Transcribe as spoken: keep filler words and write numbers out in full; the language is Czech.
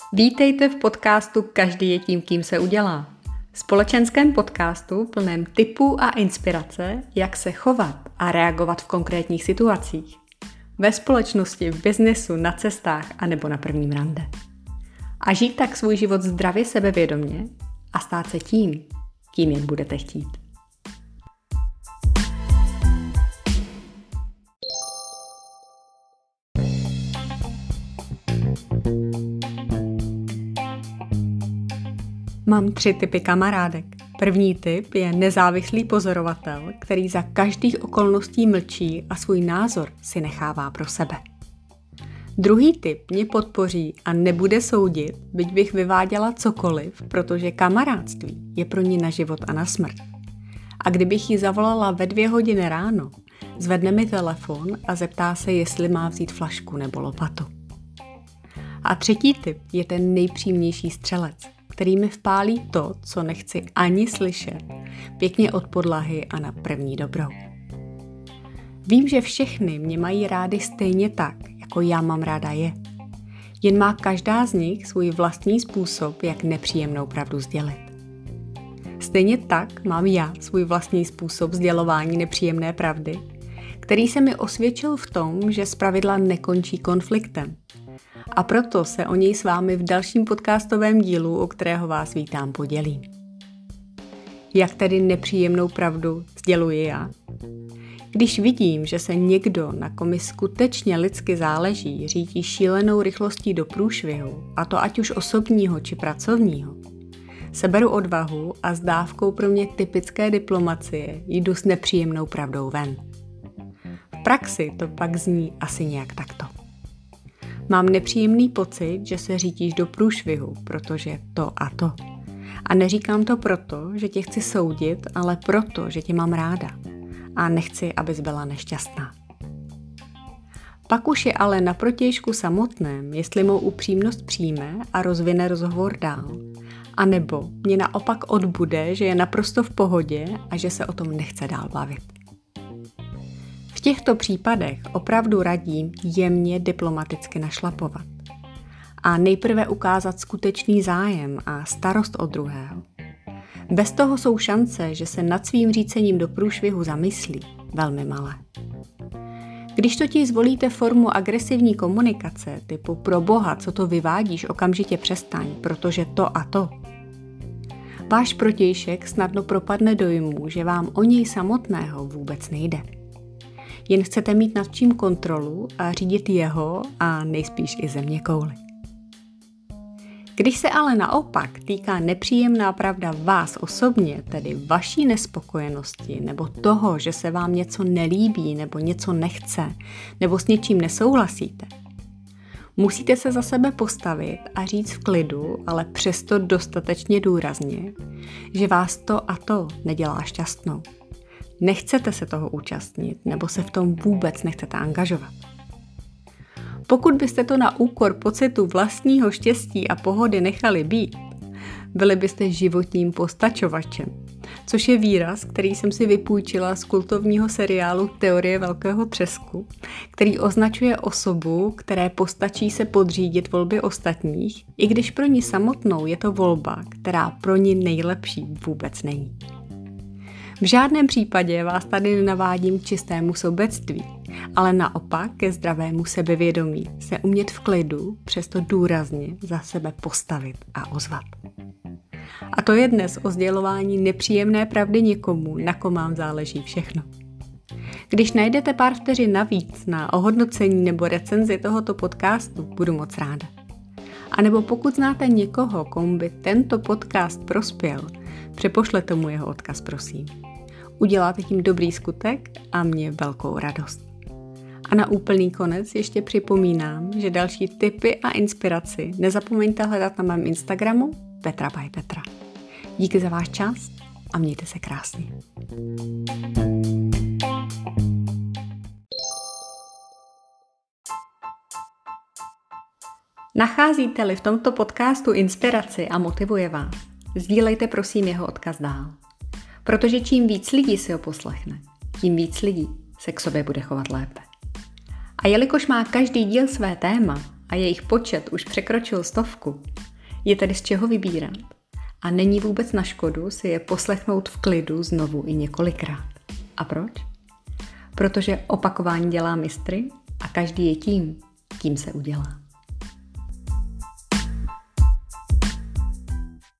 Vítejte v podcastu Každý je tím, kým se udělá. Společenském podcastu plném tipů a inspirace, jak se chovat a reagovat v konkrétních situacích. Ve společnosti, v biznesu, na cestách a nebo na prvním rande. A žít tak svůj život zdravě sebevědomě a stát se tím, kým jen budete chtít. Mám tři typy kamarádek. První typ je nezávislý pozorovatel, který za každých okolností mlčí a svůj názor si nechává pro sebe. Druhý typ mě podpoří a nebude soudit, byť bych vyváděla cokoliv, protože kamarádství je pro ní na život a na smrt. A kdybych ji zavolala ve dvě hodiny ráno, zvedne mi telefon a zeptá se, jestli má vzít flašku nebo lopatu. A třetí typ je ten nejpřímnější střelec, který mi vpálí to, co nechci ani slyšet, pěkně od podlahy a na první dobrou. Vím, že všechny mě mají rády stejně tak, jako já mám ráda je. Jen má každá z nich svůj vlastní způsob, jak nepříjemnou pravdu sdělit. Stejně tak mám já svůj vlastní způsob sdělování nepříjemné pravdy, který se mi osvědčil v tom, že zpravidla nekončí konfliktem. A proto se o něj s vámi v dalším podcastovém dílu, o kterého vás vítám, podělím. Jak tedy nepříjemnou pravdu sděluji já? Když vidím, že se někdo, na komi skutečně lidsky záleží, řídí šílenou rychlostí do průšvihu, a to ať už osobního či pracovního, seberu odvahu a s dávkou pro mě typické diplomacie jdu s nepříjemnou pravdou ven. V praxi to pak zní asi nějak takto. Mám nepříjemný pocit, že se řídíš do průšvihu, protože to a to. A neříkám to proto, že tě chci soudit, ale proto, že tě mám ráda. A nechci, abys byla nešťastná. Pak už je ale na protějšku samotném, jestli mou upřímnost přijme a rozvine rozhovor dál. A nebo mě naopak odbude, že je naprosto v pohodě a že se o tom nechce dál bavit. V těchto případech opravdu radím jemně diplomaticky našlapovat. A nejprve ukázat skutečný zájem a starost o druhého. Bez toho jsou šance, že se nad svým řícením do průšvihu zamyslí, velmi malé. Když totiž zvolíte formu agresivní komunikace, typu pro boha, co to vyvádíš, okamžitě přestaň, protože to a to, váš protějšek snadno propadne dojmu, že vám o něj samotného vůbec nejde. Jen chcete mít nad čím kontrolu a řídit jeho a nejspíš i zeměkouli. Když se ale naopak týká nepříjemná pravda vás osobně, tedy vaší nespokojenosti, nebo toho, že se vám něco nelíbí, nebo něco nechce, nebo s něčím nesouhlasíte, musíte se za sebe postavit a říct v klidu, ale přesto dostatečně důrazně, že vás to a to nedělá šťastnou. Nechcete se toho účastnit, nebo se v tom vůbec nechcete angažovat. Pokud byste to na úkor pocitu vlastního štěstí a pohody nechali být, byli byste životním postačovačem, což je výraz, který jsem si vypůjčila z kultovního seriálu Teorie velkého třesku, který označuje osobu, které postačí se podřídit volbě ostatních, i když pro ní samotnou je to volba, která pro ní nejlepší vůbec není. V žádném případě vás tady nenavádím k čistému sobectví, ale naopak ke zdravému sebevědomí, se umět v klidu, přesto důrazně za sebe postavit a ozvat. A to je dnes o sdělování nepříjemné pravdy někomu, na kom vám záleží všechno. Když najdete pár vteřin navíc na ohodnocení nebo recenzi tohoto podcastu, budu moc ráda. A nebo pokud znáte někoho, komu by tento podcast prospěl, přepošlete mu jeho odkaz, prosím. Uděláte tím dobrý skutek a mě velkou radost. A na úplný konec ještě připomínám, že další tipy a inspiraci nezapomeňte hledat na mém Instagramu Petra by Petra. Díky za váš čas a mějte se krásně. Nacházíte-li v tomto podcastu inspiraci a motivuje vás, sdílejte prosím jeho odkaz dál. Protože čím víc lidí si ho poslechne, tím víc lidí se k sobě bude chovat lépe. A jelikož má každý díl své téma a jejich počet už překročil stovku, je tedy z čeho vybírat a není vůbec na škodu si je poslechnout v klidu znovu i několikrát. A proč? Protože opakování dělá mistry a každý je tím, kým se udělá.